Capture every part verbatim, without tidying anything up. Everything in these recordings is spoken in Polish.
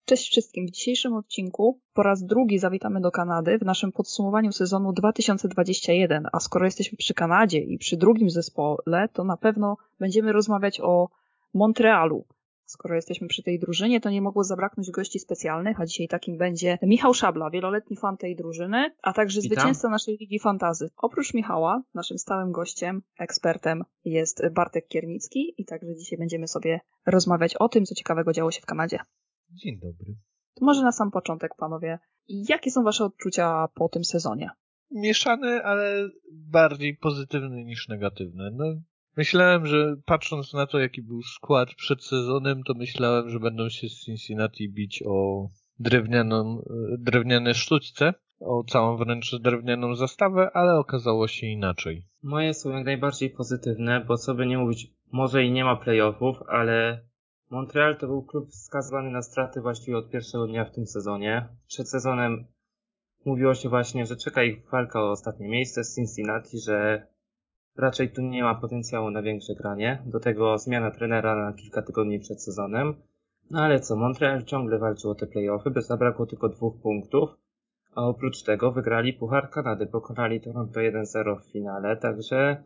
Cześć wszystkim. W dzisiejszym odcinku po raz drugi zawitamy do Kanady w naszym podsumowaniu sezonu dwa tysiące dwudziestego pierwszego, a skoro jesteśmy przy Kanadzie i przy drugim zespole, to na pewno będziemy rozmawiać o Montrealu. Skoro jesteśmy przy tej drużynie, to nie mogło zabraknąć gości specjalnych, a dzisiaj takim będzie Michał Szabla, wieloletni fan tej drużyny, a także Witam. Zwycięzca naszej Ligi Fantasy. Oprócz Michała, naszym stałym gościem, ekspertem jest Bartek Kiernicki i także dzisiaj będziemy sobie rozmawiać o tym, co ciekawego działo się w Kanadzie. Dzień dobry. To może na sam początek, panowie, jakie są wasze odczucia po tym sezonie? Mieszane, ale bardziej pozytywne niż negatywne. No, myślałem, że patrząc na to, jaki był skład przed sezonem, to myślałem, że będą się z Cincinnati bić o drewnianą, drewniane sztućce, o całą wręcz drewnianą zastawę, ale okazało się inaczej. Moje są jak najbardziej pozytywne, bo co by nie mówić, może i nie ma playoffów, ale Montreal to był klub skazany na straty właściwie od pierwszego dnia w tym sezonie. Przed sezonem mówiło się właśnie, że czeka ich walka o ostatnie miejsce z Cincinnati, że raczej tu nie ma potencjału na większe granie. Do tego zmiana trenera na kilka tygodni przed sezonem. No ale co, Montreal ciągle walczył o te playoffy, by zabrakło tylko dwóch punktów. A oprócz tego wygrali Puchar Kanady, pokonali Toronto jeden zero w finale, także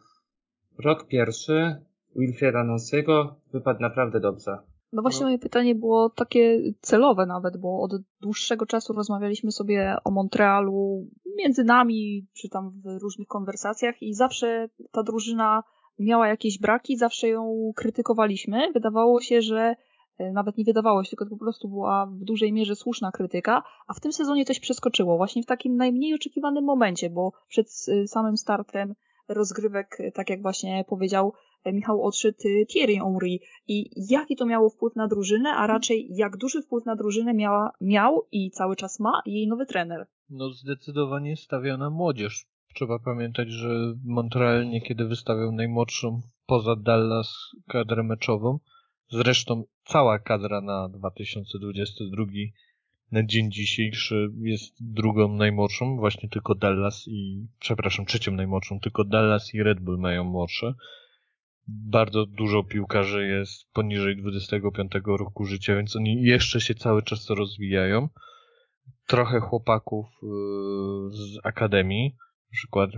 rok pierwszy Wilfreda Nancy'ego wypadł naprawdę dobrze. No właśnie No. moje pytanie było takie celowe nawet, bo od dłuższego czasu rozmawialiśmy sobie o Montrealu między nami, czy tam w różnych konwersacjach i zawsze ta drużyna miała jakieś braki, zawsze ją krytykowaliśmy. Wydawało się, że nawet nie wydawało się, tylko to po prostu była w dużej mierze słuszna krytyka, a w tym sezonie coś przeskoczyło właśnie w takim najmniej oczekiwanym momencie, bo przed samym startem rozgrywek, tak jak właśnie powiedział Michał, odszedł Thierry Henry i jaki to miało wpływ na drużynę, a raczej jak duży wpływ na drużynę miała, miał i cały czas ma jej nowy trener. No zdecydowanie stawia na młodzież. Trzeba pamiętać, że Montreal niekiedy wystawiał najmłodszą poza Dallas kadrę meczową. Zresztą cała kadra na dwa tysiące dwudziesty drugi na dzień dzisiejszy jest drugą najmłodszą, właśnie tylko Dallas i, przepraszam, trzecią najmłodszą, tylko Dallas i Red Bull mają młodsze. Bardzo dużo piłkarzy jest poniżej dwudziestego piątego roku życia, więc oni jeszcze się cały czas rozwijają. Trochę chłopaków yy, z akademii, na przykład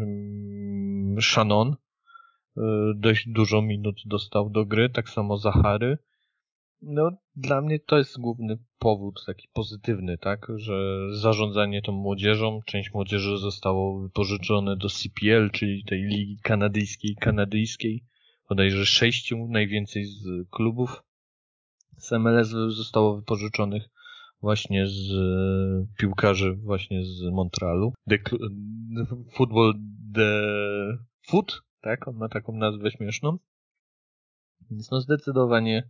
yy, Shannon, yy, dość dużo minut dostał do gry, tak samo Zachary. No, dla mnie to jest główny powód taki pozytywny, tak, że zarządzanie tą młodzieżą, część młodzieży zostało wypożyczone do C P L, czyli tej ligi kanadyjskiej, kanadyjskiej, bodajże sześciu, najwięcej z klubów z M L S zostało wypożyczonych właśnie z piłkarzy właśnie z Montrealu. The Football The Foot, tak, on ma taką nazwę śmieszną. Więc no zdecydowanie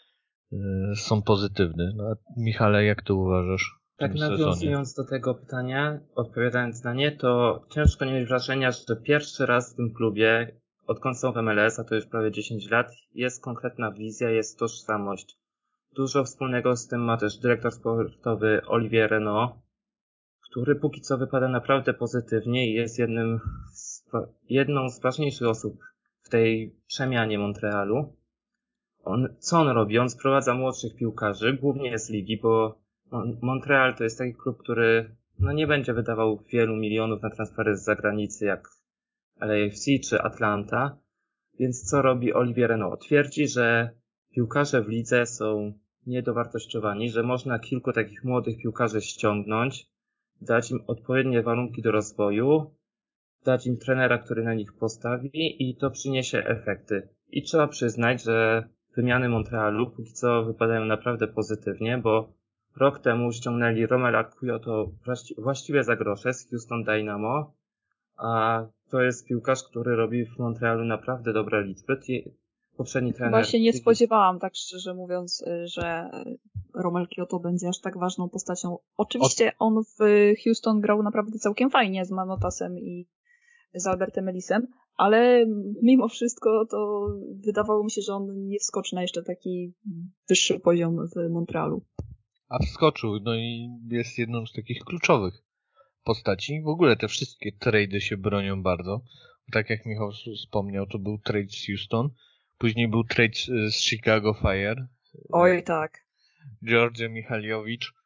są pozytywne. No, a Michale, jak ty uważasz w Tak tym sezonie? nawiązując do tego pytania, odpowiadając na nie, to ciężko nie mieć wrażenia, że pierwszy raz w tym klubie, odkąd są w M L S, a to już prawie dziesięć lat, jest konkretna wizja, jest tożsamość. Dużo wspólnego z tym ma też dyrektor sportowy Olivier Renaud, który póki co wypada naprawdę pozytywnie i jest jednym z, jedną z ważniejszych osób w tej przemianie Montrealu. On, co on robi? On sprowadza młodszych piłkarzy, głównie z ligi, bo Montreal to jest taki klub, który no nie będzie wydawał wielu milionów na transfery z zagranicy jak L A F C czy Atlanta. Więc co robi Olivier Renaud? Twierdzi, że piłkarze w lidze są niedowartościowani, że można kilku takich młodych piłkarzy ściągnąć, dać im odpowiednie warunki do rozwoju, dać im trenera, który na nich postawi i to przyniesie efekty. I trzeba przyznać, że wymiany Montrealu póki co wypadają naprawdę pozytywnie, bo rok temu ściągnęli Romela Kyoto właściwie za grosze z Houston Dynamo, a to jest piłkarz, który robi w Montrealu naprawdę dobre liczby. Poprzedni trener... Chyba się nie spodziewałam, tak szczerze mówiąc, że Romel Kyoto będzie aż tak ważną postacią. Oczywiście on w Houston grał naprawdę całkiem fajnie z Manotasem i z Albertem Ellisem, ale mimo wszystko to wydawało mi się, że on nie wskoczy na jeszcze taki wyższy poziom w Montrealu. A wskoczył, no i jest jedną z takich kluczowych postaci. W ogóle te wszystkie trady się bronią bardzo. Tak jak Michał wspomniał, to był trade z Houston, później był trade z Chicago Fire. Oj, tak. George Michaliowicz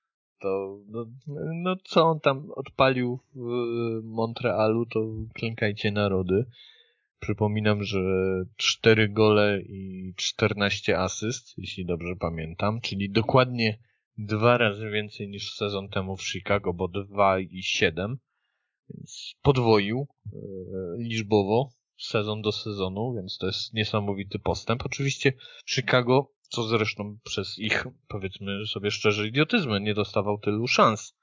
to no, no co on tam odpalił w Montrealu, to klękajcie narody. Przypominam, że cztery gole i czternaście asyst, jeśli dobrze pamiętam, czyli dokładnie dwa razy więcej niż sezon temu w Chicago, bo dwa i siedem, więc podwoił e, liczbowo sezon do sezonu, więc to jest niesamowity postęp. Oczywiście Chicago, co zresztą przez ich, powiedzmy sobie szczerze, idiotyzmy, nie dostawał tylu szans.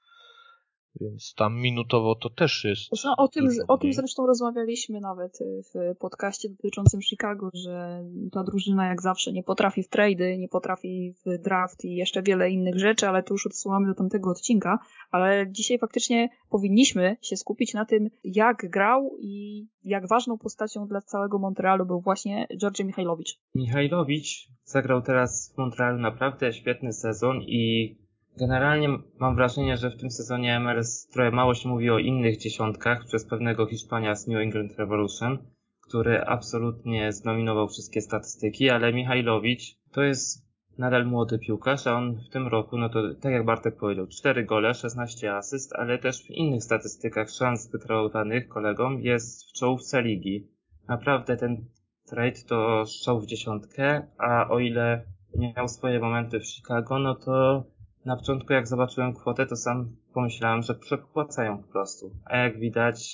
Więc tam minutowo to też jest... No, o, tym, o tym zresztą rozmawialiśmy nawet w podcaście dotyczącym Chicago, że ta drużyna jak zawsze nie potrafi w trady, nie potrafi w draft i jeszcze wiele innych rzeczy, ale to już odsyłamy do tamtego odcinka. Ale dzisiaj faktycznie powinniśmy się skupić na tym, jak grał i jak ważną postacią dla całego Montrealu był właśnie Georgi Michajlowicz. Michajlowicz zagrał teraz w Montrealu naprawdę świetny sezon i generalnie mam wrażenie, że w tym sezonie M L S trochę mało się mówi o innych dziesiątkach przez pewnego Hiszpania z New England Revolution, który absolutnie zdominował wszystkie statystyki, ale Michajlowicz to jest nadal młody piłkarz, a on w tym roku, no to tak jak Bartek powiedział, cztery gole, szesnaście asyst, ale też w innych statystykach szans wykreowanych kolegom jest w czołówce ligi. Naprawdę ten trade to strzał w dziesiątkę, a o ile miał swoje momenty w Chicago, no to na początku jak zobaczyłem kwotę, to sam pomyślałem, że przepłacają po prostu. A jak widać,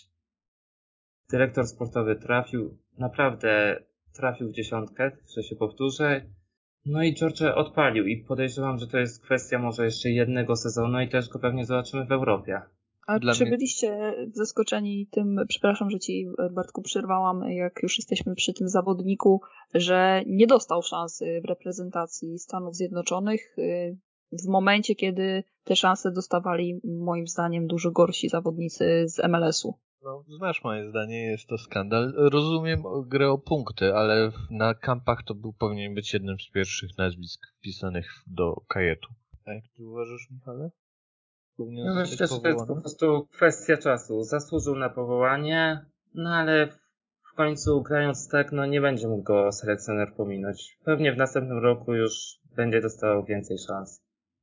dyrektor sportowy trafił, naprawdę trafił w dziesiątkę, że się powtórzę. No i George odpalił i podejrzewam, że to jest kwestia może jeszcze jednego sezonu i też go pewnie zobaczymy w Europie. A Dla czy mnie... byliście zaskoczeni tym, przepraszam, że ci Bartku przerwałam, jak już jesteśmy przy tym zawodniku, że nie dostał szansy w reprezentacji Stanów Zjednoczonych w momencie, kiedy te szanse dostawali moim zdaniem dużo gorsi zawodnicy z M L S-u? No, znasz moje zdanie, jest to skandal. Rozumiem grę o punkty, ale na kampach to był powinien być jednym z pierwszych nazwisk wpisanych do kajetu. A jak ty uważasz, Michale? Powinien No zostać myślę, że to jest powołany? po prostu kwestia czasu. Zasłużył na powołanie, no ale w końcu grając tak, no nie będzie mógł go selekcjoner pominąć. Pewnie w następnym roku już będzie dostawał więcej szans.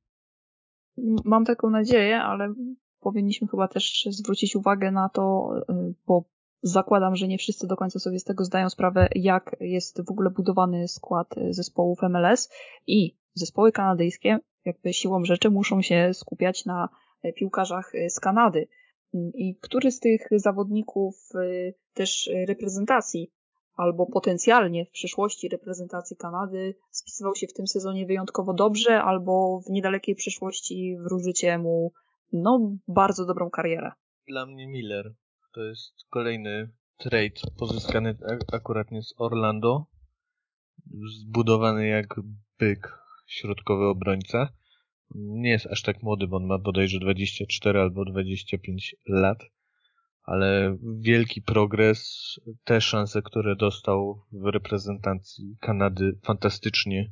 Mam taką nadzieję, ale powinniśmy chyba też zwrócić uwagę na to, bo zakładam, że nie wszyscy do końca sobie z tego zdają sprawę, jak jest w ogóle budowany skład zespołów M L S i zespoły kanadyjskie jakby siłą rzeczy muszą się skupiać na piłkarzach z Kanady. I który z tych zawodników też reprezentacji albo potencjalnie w przyszłości reprezentacji Kanady spisywał się w tym sezonie wyjątkowo dobrze, albo w niedalekiej przyszłości wróżycie mu no bardzo dobrą karierę? Dla mnie Miller to jest kolejny trade pozyskany akurat nie z Orlando, zbudowany jak byk, środkowy obrońca. Nie jest aż tak młody, bo on ma bodajże dwadzieścia cztery albo dwadzieścia pięć lat, ale wielki progres. Te szanse, które dostał w reprezentacji Kanady, fantastycznie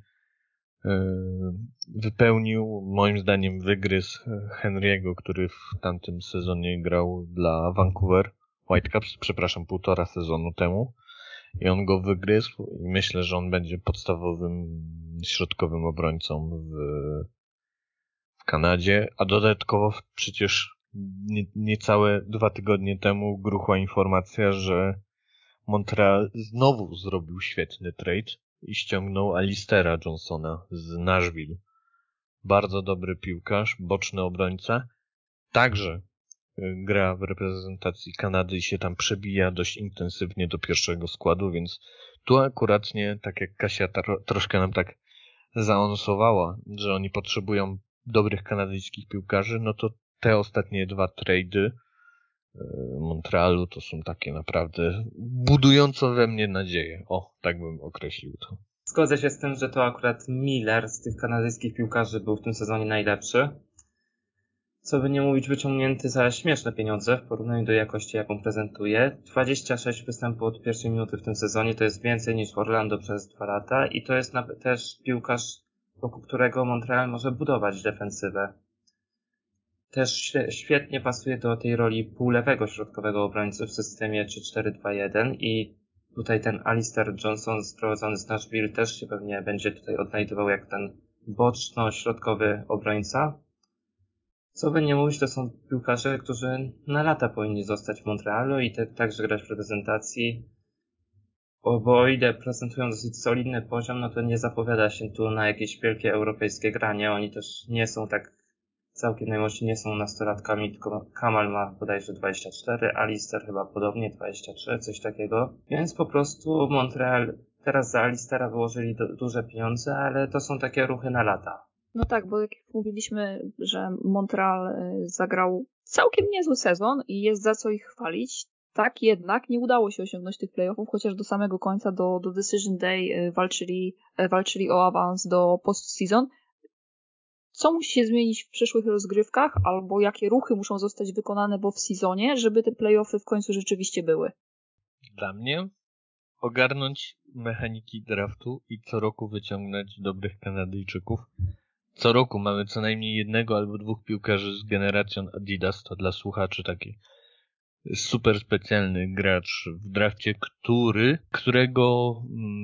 wypełnił. Moim zdaniem wygryzł Henry'ego, który w tamtym sezonie grał dla Vancouver Whitecaps, przepraszam, półtora sezonu temu. I on go wygryzł i myślę, że on będzie podstawowym środkowym obrońcą w, w Kanadzie, a dodatkowo przecież nie, niecałe dwa tygodnie temu gruchła informacja, że Montreal znowu zrobił świetny trade i ściągnął Alistera Johnsona z Nashville. Bardzo dobry piłkarz, boczny obrońca. Także gra w reprezentacji Kanady i się tam przebija dość intensywnie do pierwszego składu, więc tu akurat nie, tak jak Kasia tro, troszkę nam tak zaanonsowała, że oni potrzebują dobrych kanadyjskich piłkarzy, no to te ostatnie dwa trady Montrealu to są takie naprawdę budujące we mnie nadzieję. O, tak bym określił to. Zgodzę się z tym, że to akurat Miller z tych kanadyjskich piłkarzy był w tym sezonie najlepszy. Co by nie mówić, wyciągnięty za śmieszne pieniądze w porównaniu do jakości, jaką prezentuje. dwadzieścia sześć występów od pierwszej minuty w tym sezonie to jest więcej niż Orlando przez dwa lata i to jest też piłkarz, wokół którego Montreal może budować defensywę. Też świetnie pasuje do tej roli półlewego środkowego obrońcy w systemie trzy cztery dwa jeden i tutaj ten Alister Johnson sprowadzony z Nashville też się pewnie będzie tutaj odnajdywał jak ten boczno-środkowy obrońca. Co by nie mówić, to są piłkarze, którzy na lata powinni zostać w Montrealu i te, także grać w reprezentacji. Bo, bo o ile prezentują dosyć solidny poziom, no to nie zapowiada się tu na jakieś wielkie europejskie granie. Oni też nie są tak całkiem najmłodsi, nie są nastolatkami, tylko Kamal ma bodajże dwadzieścia cztery, Alister chyba podobnie dwadzieścia trzy, coś takiego. Więc po prostu Montreal teraz za Alistera wyłożyli do, duże pieniądze, ale to są takie ruchy na lata. No tak, bo jak mówiliśmy, że Montreal zagrał całkiem niezły sezon i jest za co ich chwalić, tak jednak nie udało się osiągnąć tych playoffów, chociaż do samego końca, do, do Decision Day walczyli, walczyli o awans do postseason. Co musi się zmienić w przyszłych rozgrywkach, albo jakie ruchy muszą zostać wykonane, bo w sezonie, żeby te playoffy w końcu rzeczywiście były? Dla mnie ogarnąć mechaniki draftu i co roku wyciągnąć dobrych Kanadyjczyków. Co roku mamy co najmniej jednego albo dwóch piłkarzy z generacją Adidas, to dla słuchaczy taki super specjalny gracz w drafcie, który, którego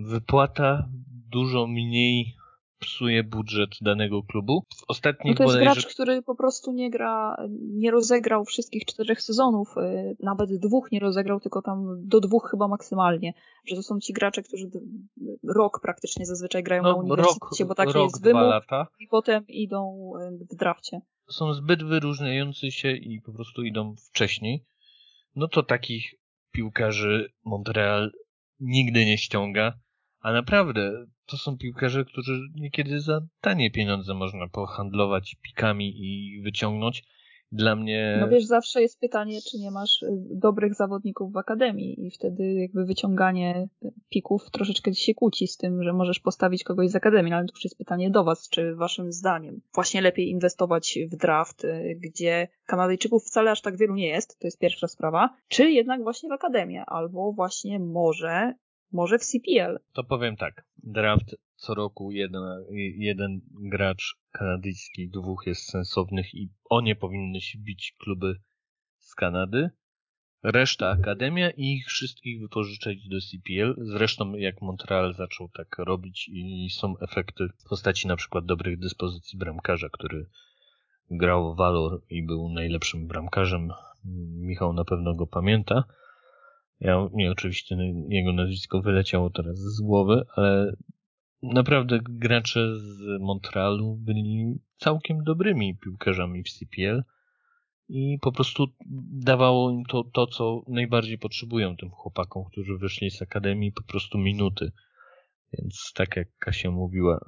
wypłata dużo mniej psuje budżet danego klubu. W ostatnich no to jest bodajże... gracz, który po prostu nie gra, nie rozegrał wszystkich czterech sezonów, nawet dwóch nie rozegrał, tylko tam do dwóch chyba maksymalnie. Że to są ci gracze, którzy rok praktycznie zazwyczaj grają no, na uniwersytecie, rok, bo taki rok, jest wymóg lata. I potem idą w drafcie. Są zbyt wyróżniający się i po prostu idą wcześniej. No to takich piłkarzy Montreal nigdy nie ściąga, a naprawdę to są piłkarze, którzy niekiedy za tanie pieniądze można pohandlować pikami i wyciągnąć. Dla mnie... No wiesz, zawsze jest pytanie, czy nie masz dobrych zawodników w akademii i wtedy jakby wyciąganie pików troszeczkę się kłóci z tym, że możesz postawić kogoś z akademii, ale to już jest pytanie do was, czy waszym zdaniem właśnie lepiej inwestować w draft, gdzie Kanadyjczyków wcale aż tak wielu nie jest, to jest pierwsza sprawa, czy jednak właśnie w akademię, albo właśnie może, może w C P L. To powiem tak, draft co roku jeden, jeden gracz kanadyjski, dwóch jest sensownych i o nie powinny się bić kluby z Kanady. Reszta akademia i ich wszystkich wypożyczać do C P L. Zresztą jak Montreal zaczął tak robić i są efekty w postaci na przykład dobrych dyspozycji bramkarza, który grał w Valor i był najlepszym bramkarzem. Michał na pewno go pamięta. Ja, mnie oczywiście jego nazwisko wyleciało teraz z głowy, ale naprawdę gracze z Montrealu byli całkiem dobrymi piłkarzami w C P L i po prostu dawało im to, to co najbardziej potrzebują tym chłopakom, którzy wyszli z akademii, po prostu minuty. Więc tak jak Kasia mówiła,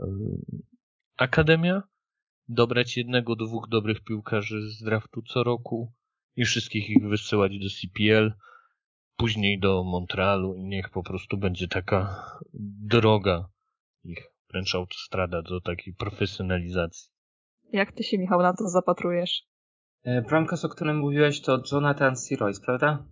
akademia, dobrać jednego, dwóch dobrych piłkarzy z draftu co roku i wszystkich ich wysyłać do C P L, później do Montrealu i niech po prostu będzie taka droga ich, wręcz autostrada do takiej profesjonalizacji. Jak ty się, Michał, na to zapatrujesz? Bramkarz, o którym mówiłeś, to Jonathan Sirois, prawda?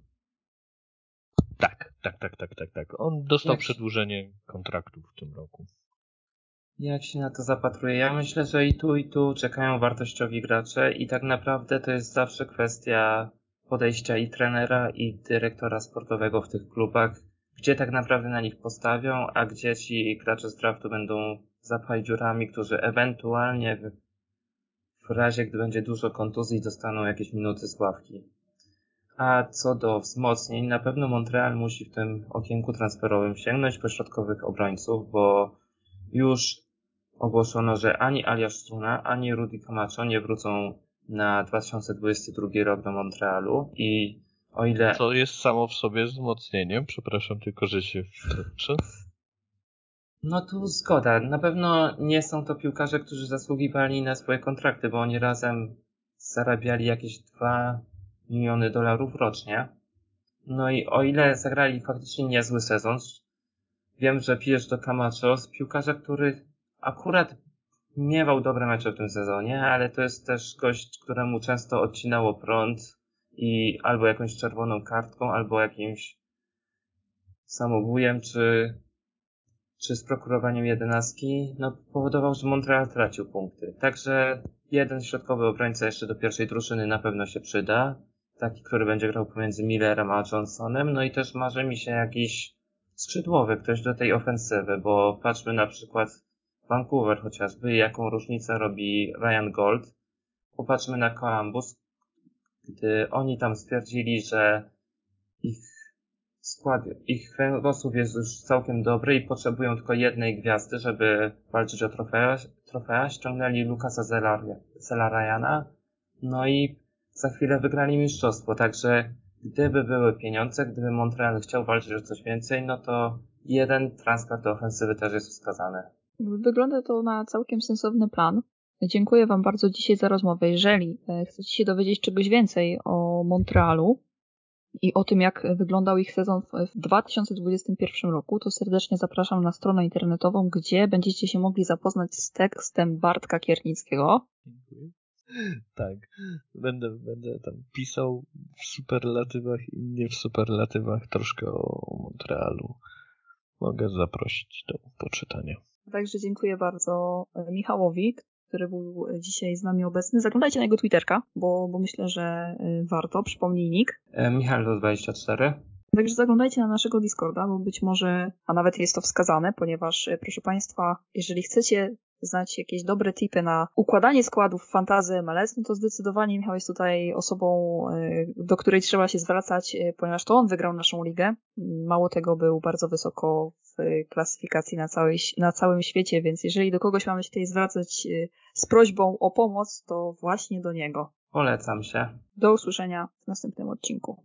Tak, tak, tak, tak, tak, tak. On dostał Jak przedłużenie kontraktu w tym roku. Jak się na to zapatruję? Ja myślę, że i tu, i tu czekają wartościowi gracze i tak naprawdę to jest zawsze kwestia podejścia i trenera, i dyrektora sportowego w tych klubach, gdzie tak naprawdę na nich postawią, a gdzie ci gracze z draftu będą zapchać dziurami, którzy ewentualnie w, w razie, gdy będzie dużo kontuzji, dostaną jakieś minuty z ławki. A co do wzmocnień, na pewno Montreal musi w tym okienku transferowym sięgnąć po środkowych obrońców, bo już ogłoszono, że ani Alias Struna, ani Rudy Camacho nie wrócą na dwa tysiące dwudziesty drugi rok do Montrealu i o ile... Co jest samo w sobie wzmocnieniem, przepraszam tylko, że się wtrącę. No tu zgoda. Na pewno nie są to piłkarze, którzy zasługiwali na swoje kontrakty, bo oni razem zarabiali jakieś dwa miliony dolarów rocznie. No i o ile zagrali faktycznie niezły sezon, wiem, że pijesz do Camacho, z piłkarza, który akurat miewał dobre mecze w tym sezonie, ale to jest też gość, któremu często odcinało prąd i albo jakąś czerwoną kartką, albo jakimś samobójem, czy, czy z prokurowaniem jedenastki, no powodował, że Montreal tracił punkty. Także jeden środkowy obrońca jeszcze do pierwszej drużyny na pewno się przyda. Taki, który będzie grał pomiędzy Millerem a Johnsonem. No i też marzy mi się jakiś skrzydłowy, ktoś do tej ofensywy, bo patrzmy na przykład Vancouver chociażby, jaką różnicę robi Ryan Gold. popatrzmy na Columbus, gdy oni tam stwierdzili, że ich skład, ich kręgosłup jest już całkiem dobry i potrzebują tylko jednej gwiazdy, żeby walczyć o trofea, trofea. Ściągnęli Lucasa Zelarayana, no i za chwilę wygrali mistrzostwo, także gdyby były pieniądze, gdyby Montreal chciał walczyć o coś więcej, no to jeden transfer do ofensywy też jest wskazany. Wygląda to na całkiem sensowny plan. Dziękuję Wam bardzo dzisiaj za rozmowę. Jeżeli chcecie się dowiedzieć czegoś więcej o Montrealu i o tym, jak wyglądał ich sezon w dwa tysiące dwudziestym pierwszym roku, to serdecznie zapraszam na stronę internetową, gdzie będziecie się mogli zapoznać z tekstem Bartka Kiernickiego. Dziękuję. Tak, będę, będę tam pisał w superlatywach i nie w superlatywach troszkę o Montrealu. Mogę zaprosić do poczytania. Także dziękuję bardzo Michałowi, który był dzisiaj z nami obecny. Zaglądajcie na jego Twitterka, bo, bo myślę, że warto. Przypomnij nick. Michał dwadzieścia cztery. Także zaglądajcie na naszego Discorda, bo być może, a nawet jest to wskazane, ponieważ, proszę Państwa, jeżeli chcecie znać jakieś dobre tipy na układanie składów fantasy M L S, no to zdecydowanie Michał jest tutaj osobą, do której trzeba się zwracać, ponieważ to on wygrał naszą ligę. Mało tego, był bardzo wysoko w klasyfikacji na, całej, na całym świecie, więc jeżeli do kogoś mamy się tutaj zwracać z prośbą o pomoc, to właśnie do niego. Polecam się. Do usłyszenia w następnym odcinku.